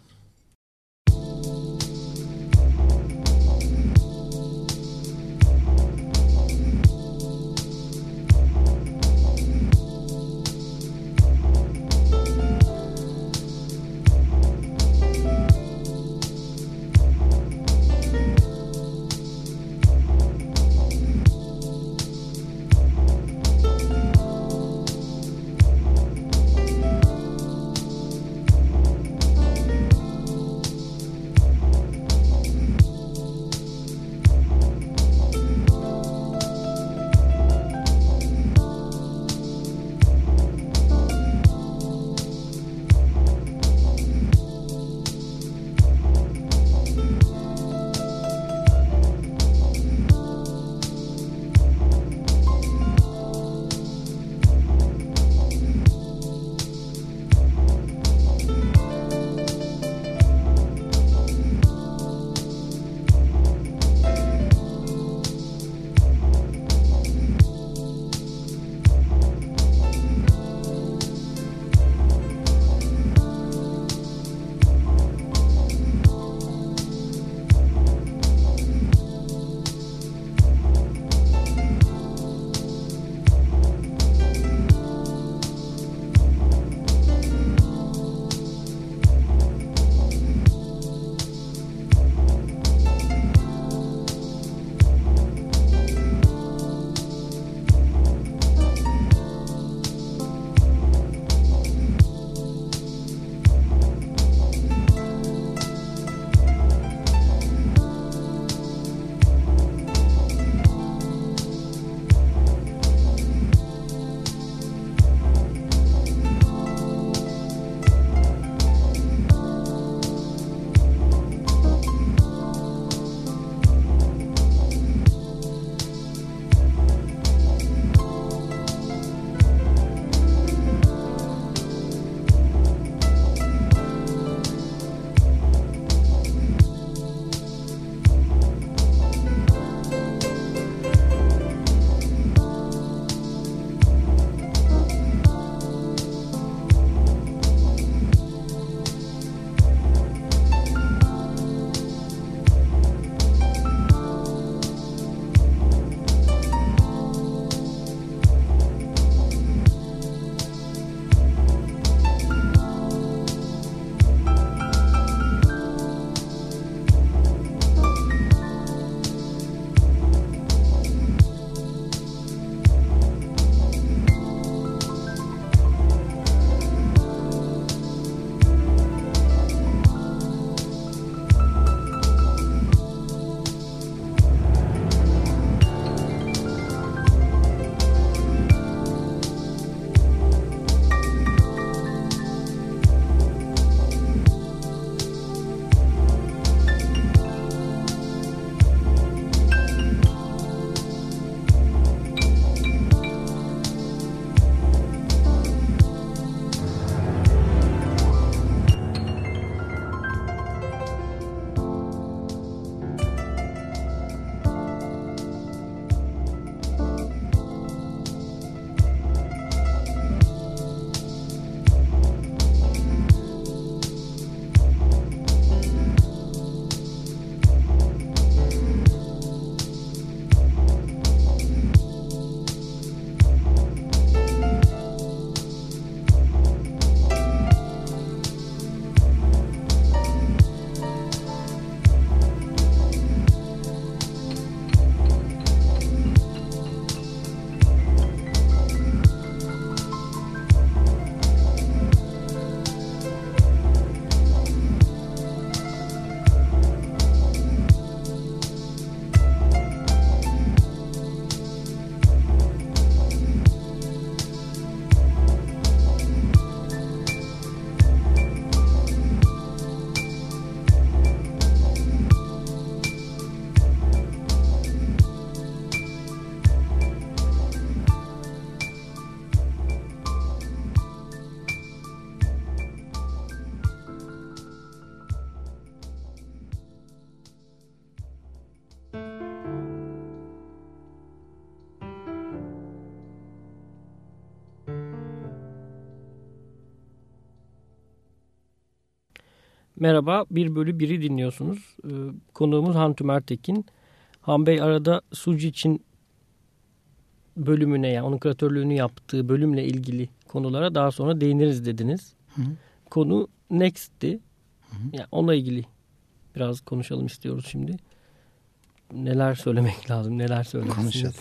Speaker 2: Merhaba, 1/1'i dinliyorsunuz. Konuğumuz Han Tümer Tekin. Han Bey arada Sucic'in bölümüne, yani onun küratörlüğünü yaptığı bölümle ilgili konulara daha sonra değiniriz dediniz.
Speaker 3: Hı.
Speaker 2: Konu Next'ti. Yani onunla ilgili biraz konuşalım istiyoruz şimdi. Neler söylemek lazım, neler söylersiniz?
Speaker 3: Konuşalım.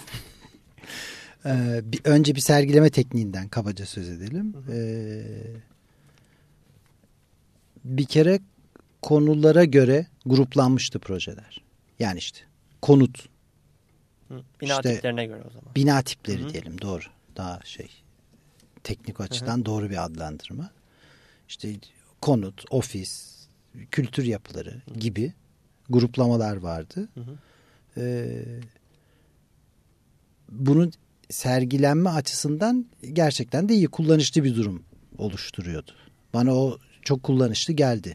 Speaker 3: Önce bir sergileme tekniğinden kabaca söz edelim. Bir kere konulara göre gruplanmıştı projeler. Yani işte konut.
Speaker 4: Bina
Speaker 3: işte,
Speaker 4: tiplerine göre o zaman.
Speaker 3: Bina tipleri diyelim, doğru. Daha teknik açıdan doğru bir adlandırma. İşte konut, ofis, kültür yapıları gibi gruplamalar vardı. Bunun sergilenme açısından gerçekten de iyi, kullanışlı bir durum oluşturuyordu. Bana o çok kullanışlı geldi.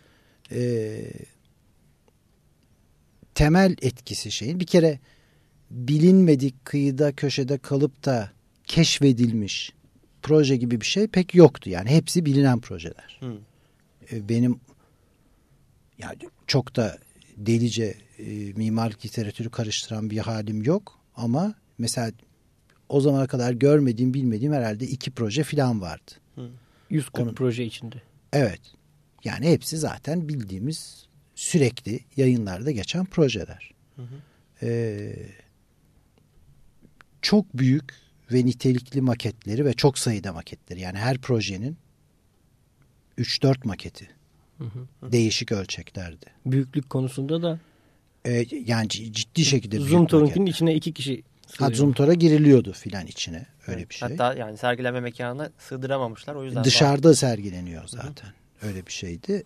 Speaker 3: Temel etkisi şeyin bir kere bilinmedik, kıyıda köşede kalıp da keşfedilmiş proje gibi bir şey pek yoktu. Yani hepsi bilinen projeler. Benim yani çok da delice mimarlık literatürü karıştıran bir halim yok. Ama mesela o zamana kadar görmediğim, bilmediğim herhalde 2 proje falan vardı.
Speaker 2: 140 proje içinde.
Speaker 3: Evet. Yani hepsi zaten bildiğimiz, sürekli yayınlarda geçen projeler. Çok büyük ve nitelikli maketleri ve çok sayıda maketleri. Yani her projenin 3-4 maketi. Değişik ölçeklerde.
Speaker 2: Büyüklük konusunda da
Speaker 3: yani ciddi şekilde büyük
Speaker 2: Zumthor'unkinin içine 2 kişi sığıyor.
Speaker 3: Zumthor'a giriliyordu filan içine. Öyle bir şey.
Speaker 4: Hatta yani sergileme mekanına sığdıramamışlar. O yüzden
Speaker 3: dışarıda sergileniyor zaten. Öyle bir şeydi.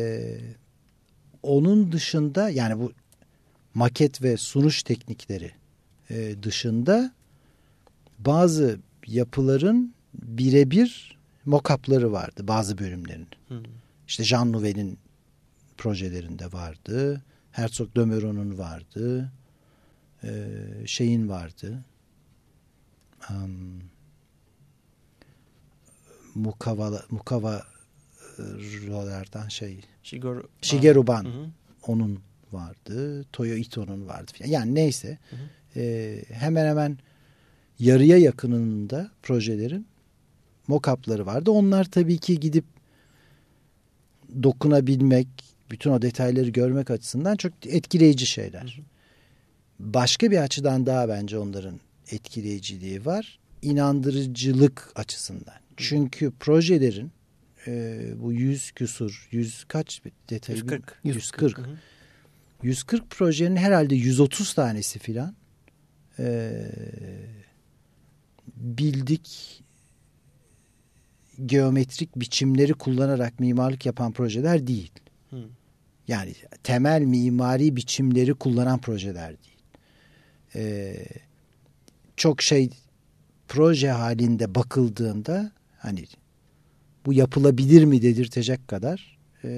Speaker 3: Onun dışında yani bu maket ve sunuş teknikleri dışında bazı yapıların birebir mock-up'ları vardı bazı bölümlerin. İşte Jean Nouvel'in projelerinde vardı. Herzog de Meuron'un vardı. Şeyin vardı. Mukavalardan Shigeru Ban. Onun vardı. Toyo Ito'nun vardı. Yani neyse. Hemen hemen yarıya yakınında projelerin mock-up'ları vardı. Onlar tabii ki gidip dokunabilmek, bütün o detayları görmek açısından çok etkileyici şeyler. Başka bir açıdan daha bence onların etkileyiciliği var. İnandırıcılık açısından. Çünkü projelerin bu 100 küsur, 100 kaç detayı? 140. 140 projenin herhalde 130 tanesi filan bildik geometrik biçimleri kullanarak mimarlık yapan projeler değil. Yani temel mimari biçimleri kullanan projeler değil. Çok proje halinde bakıldığında hani bu yapılabilir mi dedirtecek kadar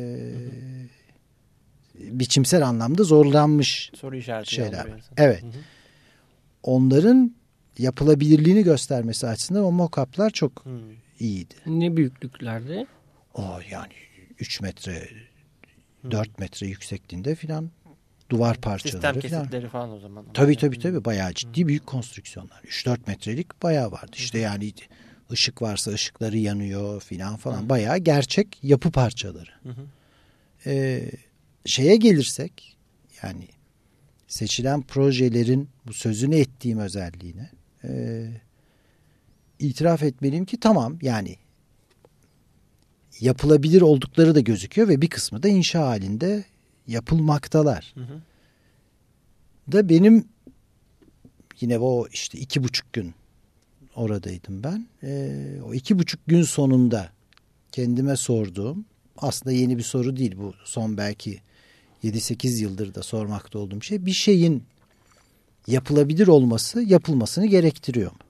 Speaker 3: biçimsel anlamda zorlanmış
Speaker 4: soru işareti
Speaker 3: şeyler. Evet. Onların yapılabilirliğini göstermesi açısından o mock-up'lar çok iyiydi.
Speaker 2: Ne büyüklüklerde?
Speaker 3: Yani 3 metre 4 metre yüksekliğinde filan duvar parçaları
Speaker 4: sistem kesitleri falan o zaman.
Speaker 3: Tabii bayağı ciddi büyük konstrüksiyonlar. 3-4 metrelik bayağı vardı. İşte yani ışık varsa ışıkları yanıyor filan falan. Bayağı gerçek yapı parçaları. Şeye gelirsek yani seçilen projelerin bu sözünü ettiğim özelliğine itiraf etmeliyim ki tamam yani yapılabilir oldukları da gözüküyor ve bir kısmı da inşa halinde yapılmaktalar. Da benim yine o işte 2,5 gün oradaydım ben. O 2,5 gün sonunda kendime sorduğum, aslında yeni bir soru değil bu, son belki 7-8 yıldır da sormakta olduğum şey, bir şeyin yapılabilir olması yapılmasını gerektiriyor mu?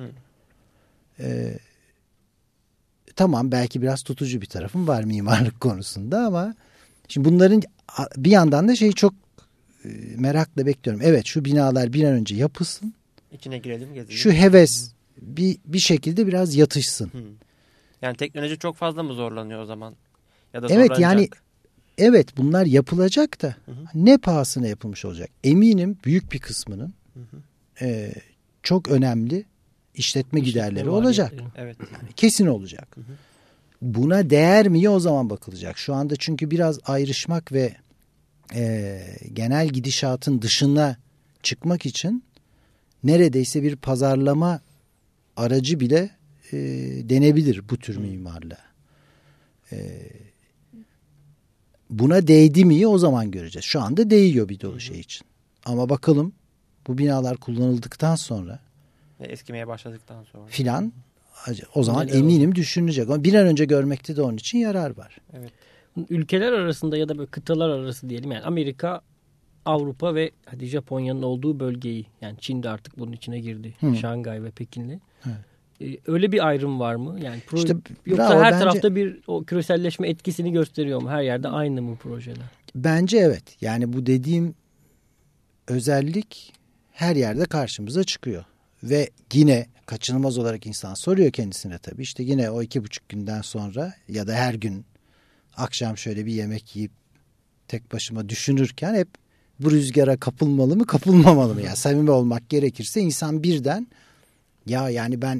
Speaker 3: Tamam, belki biraz tutucu bir tarafım var mimarlık konusunda ama şimdi bunların bir yandan da çok merakla bekliyorum. Evet, şu binalar bir an önce yapılsın.
Speaker 4: İçine girelim, gezelim.
Speaker 3: Şu heves bir şekilde biraz yatışsın.
Speaker 4: Yani teknoloji çok fazla mı zorlanıyor o zaman? Ya da
Speaker 3: evet, yani evet bunlar yapılacak da ne pahasına yapılmış olacak? Eminim büyük bir kısmının çok önemli işletme giderleri olacak.
Speaker 4: Evet.
Speaker 3: Yani kesin olacak. Buna değer mi o zaman bakılacak. Şu anda çünkü biraz ayrışmak ve genel gidişatın dışına çıkmak için neredeyse bir pazarlama aracı bile denebilir bu tür mimarlığa. Buna değdi mi o zaman göreceğiz. Şu anda değiyor bir dolu şey için. Ama bakalım bu binalar kullanıldıktan sonra
Speaker 4: eskimeye başladıktan sonra
Speaker 3: filan o zaman eminim düşünülecek. Ama bir an önce görmekte de onun için yarar var.
Speaker 4: Evet.
Speaker 2: Ülkeler arasında ya da böyle kıtalar arası diyelim, yani Amerika, Avrupa ve hadi Japonya'nın olduğu bölgeyi, yani Çin de artık bunun içine girdi. Şangay ve Pekin'li. Öyle bir ayrım var mı? Yani
Speaker 3: İşte,
Speaker 2: yoksa her tarafta bir o küreselleşme etkisini gösteriyor mu? Her yerde aynı mı projeler?
Speaker 3: Bence evet. Yani bu dediğim özellik her yerde karşımıza çıkıyor. Ve yine kaçınılmaz olarak insan soruyor kendisine tabii. İşte yine o 2,5 günden sonra ya da her gün akşam şöyle bir yemek yiyip tek başıma düşünürken hep bu rüzgara kapılmalı mı kapılmamalı mı? Yani samimi olmak gerekirse insan birden ya yani ben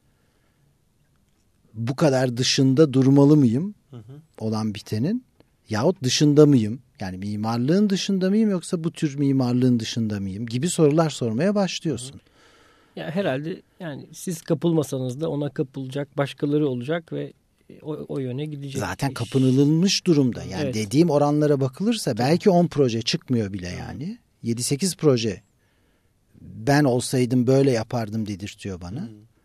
Speaker 3: bu kadar dışında durmalı mıyım olan bitenin yahut dışında mıyım? Yani mimarlığın dışında mıyım yoksa bu tür mimarlığın dışında mıyım gibi sorular sormaya başlıyorsun.
Speaker 2: Yani herhalde yani siz kapılmasanız da ona kapılacak başkaları olacak ve o yöne gidecek.
Speaker 3: Zaten kapınılmış durumda. Yani
Speaker 2: evet.
Speaker 3: Dediğim oranlara bakılırsa belki 10 proje çıkmıyor bile yani. 7-8 proje ben olsaydım böyle yapardım dedirtiyor bana.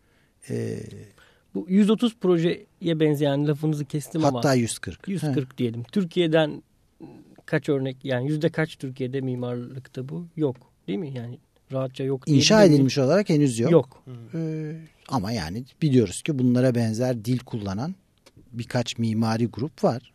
Speaker 2: Bu 130 projeye benzeyen lafınızı kestim ama.
Speaker 3: Hatta 140.
Speaker 2: 140 diyelim. Türkiye'den kaç örnek, yani yüzde kaç Türkiye'de mimarlıkta bu? Yok. Değil mi? Yani rahatça yok.
Speaker 3: İnşa edilmiş olarak henüz yok.
Speaker 2: Yok.
Speaker 3: Ama yani biliyoruz ki bunlara benzer dil kullanan birkaç mimari grup var.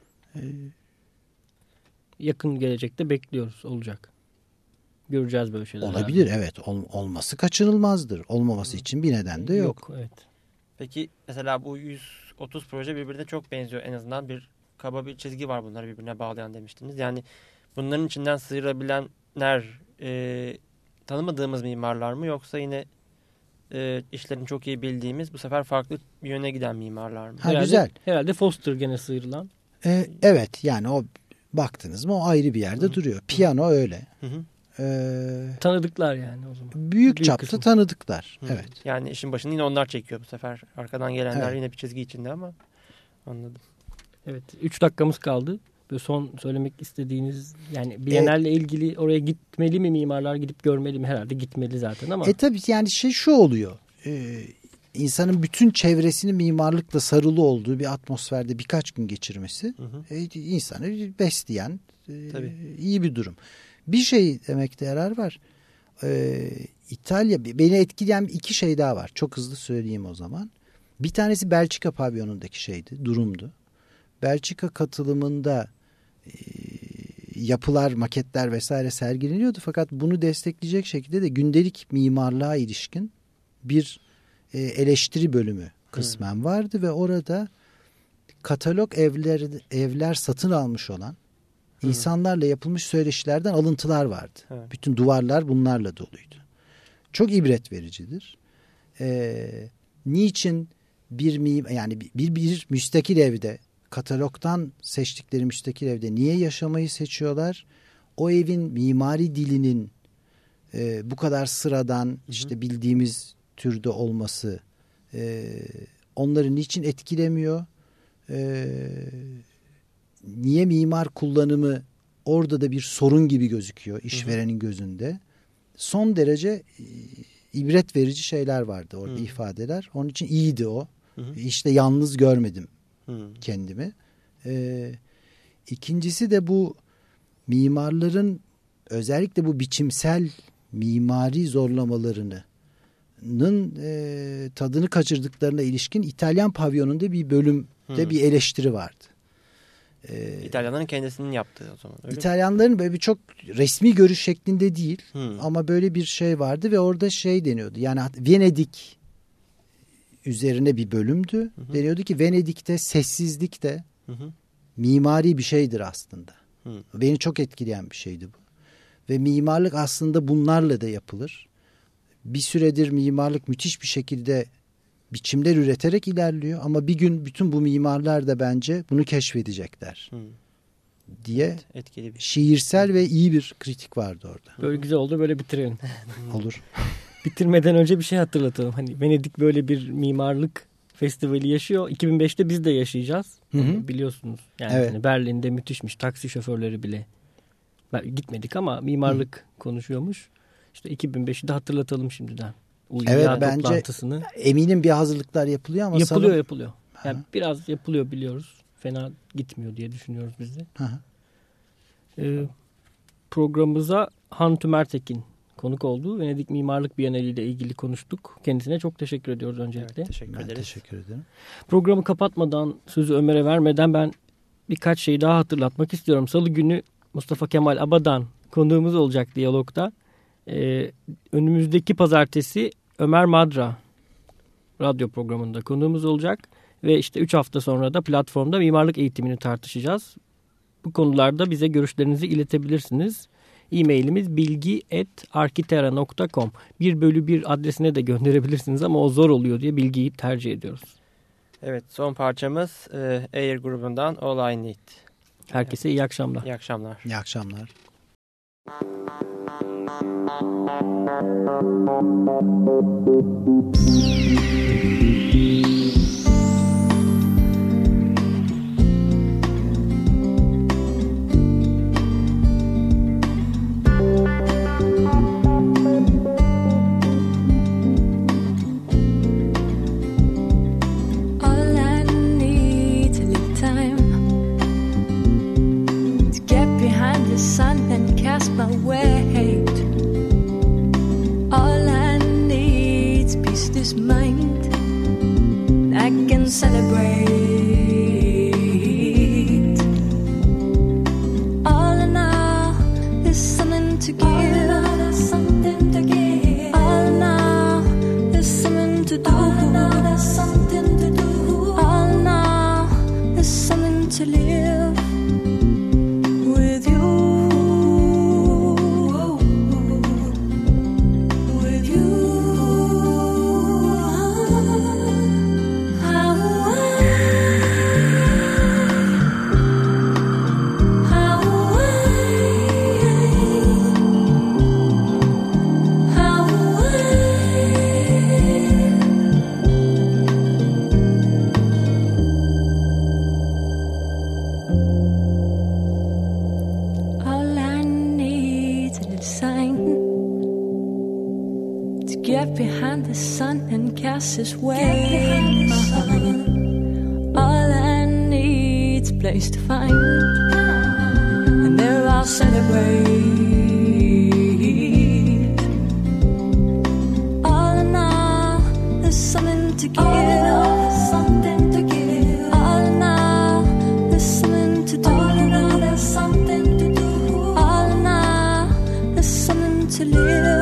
Speaker 2: Yakın gelecekte bekliyoruz, olacak. Göreceğiz böyle şeyler.
Speaker 3: Olabilir evet. Olması kaçınılmazdır. Olmaması için bir neden de yok.
Speaker 2: Evet.
Speaker 4: Peki mesela bu 130 proje birbirine çok benziyor. En azından bir kaba bir çizgi var bunları birbirine bağlayan demiştiniz. Yani bunların içinden sıyırabilenler tanımadığımız mimarlar mı, yoksa yine işlerini çok iyi bildiğimiz bu sefer farklı bir yöne giden mimarlar mı?
Speaker 3: Güzel.
Speaker 2: Herhalde Foster gene sıyrılan.
Speaker 3: Evet yani o baktınız mı o ayrı bir yerde duruyor. Piyano öyle.
Speaker 2: Tanıdıklar yani o zaman.
Speaker 3: Büyük çapta
Speaker 2: kısmı.
Speaker 3: tanıdıklar. Evet.
Speaker 4: Yani işin başını yine onlar çekiyor bu sefer. Arkadan gelenler yine bir çizgi içinde ama anladım.
Speaker 2: Evet. 3 dakikamız kaldı. Böyle son söylemek istediğiniz, yani Biennale ilgili oraya gitmeli mi mimarlar, gidip görmeli mi? Herhalde gitmeli zaten ama.
Speaker 3: Tabii yani şu oluyor. İnsanın bütün çevresinin mimarlıkla sarılı olduğu bir atmosferde birkaç gün geçirmesi insanı besleyen iyi bir durum. Bir şey demekte yarar var. İtalya, beni etkileyen 2 şey daha var. Çok hızlı söyleyeyim o zaman. Bir tanesi Belçika pavyonundaki durumdu. Belçika katılımında yapılar, maketler vesaire sergileniyordu. Fakat bunu destekleyecek şekilde de gündelik mimarlığa ilişkin bir eleştiri bölümü kısmen vardı ve orada katalog evler satın almış olan insanlarla yapılmış söyleşilerden alıntılar vardı. Bütün duvarlar bunlarla doluydu. Çok ibret vericidir. Niçin bir müstakil evde, katalogdan seçtikleri müstakil evde niye yaşamayı seçiyorlar? O evin mimari dilinin bu kadar sıradan işte bildiğimiz türde olması onları niçin etkilemiyor? Niye mimar kullanımı orada da bir sorun gibi gözüküyor işverenin gözünde? Son derece ibret verici şeyler vardı orada, ifadeler. Onun için iyiydi o. İşte yalnız görmedim kendimi. İkincisi de bu mimarların özellikle bu biçimsel mimari zorlamalarının tadını kaçırdıklarına ilişkin İtalyan pavyonunda bir bölümde bir eleştiri vardı.
Speaker 4: İtalyanların kendisinin yaptığı o zaman.
Speaker 3: İtalyanların böyle bir çok resmi görüş şeklinde değil ama böyle bir şey vardı ve orada deniyordu. Yani Venedik üzerine bir bölümdü. Deniyordu ki Venedik'te sessizlik de mimari bir şeydir aslında. Beni çok etkileyen bir şeydi bu. Ve mimarlık aslında bunlarla da yapılır. Bir süredir mimarlık müthiş bir şekilde biçimler üreterek ilerliyor. Ama bir gün bütün bu mimarlar da bence bunu keşfedecekler. Diye etkili bir şiirsel ve iyi bir kritik vardı orada.
Speaker 2: Böyle güzel oldu, böyle bitirelim.
Speaker 3: Olur.
Speaker 2: Bitirmeden önce bir şey hatırlatalım. Hani Venedik böyle bir mimarlık festivali yaşıyor. 2005'te biz de yaşayacağız. Biliyorsunuz. Yani
Speaker 3: evet.
Speaker 2: Hani Berlin'de müthişmiş. Taksi şoförleri bile. Gitmedik ama mimarlık konuşuyormuş. İşte 2005'i de hatırlatalım şimdiden.
Speaker 3: Evet, bence eminim bir hazırlıklar yapılıyor ama
Speaker 2: yapılıyor. Yani biraz yapılıyor, biliyoruz. Fena gitmiyor diye düşünüyoruz biz de. Programımıza Han Tümertekin konuk oldu. Venedik Mimarlık Bienali ile ilgili konuştuk. Kendisine çok teşekkür ediyoruz öncelikle.
Speaker 4: Evet, teşekkür ederim.
Speaker 2: Programı kapatmadan, sözü Ömer'e vermeden ben birkaç şey daha hatırlatmak istiyorum. Salı günü Mustafa Kemal Abadan konuğumuz olacak Diyalog'da. Önümüzdeki pazartesi Ömer Madra radyo programında konuğumuz olacak. Ve işte 3 hafta sonra da platformda mimarlık eğitimini tartışacağız. Bu konularda bize görüşlerinizi iletebilirsiniz. E-mailimiz bilgi@arkitera.com 1/1 adresine de gönderebilirsiniz ama o zor oluyor diye bilgiyi tercih ediyoruz.
Speaker 4: Evet, son parçamız Air grubundan All I Need.
Speaker 2: Herkese iyi akşamlar.
Speaker 4: İyi akşamlar.
Speaker 3: İyi akşamlar.
Speaker 5: Sun and cast my weight. All I need's peace, this mind I can celebrate. All in all, there's something to give. All in all, there's something to give. All in all, there's something to do. All in all, there's something to do. All in all, there's something to live. His way. All I need's a place to find, and there I'll celebrate. All in all, there's something to give. Something to give. All in all, there's something to do. All in all, there's something to do. All in all, there's something to live.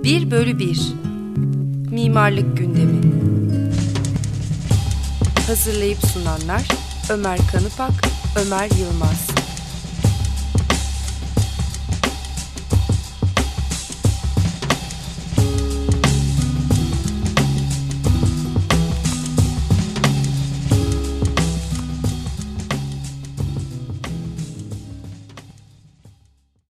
Speaker 1: 1/1 Mimarlık Gündemi. Hazırlayıp sunanlar Ömer Kanıpak, Ömer Yılmaz.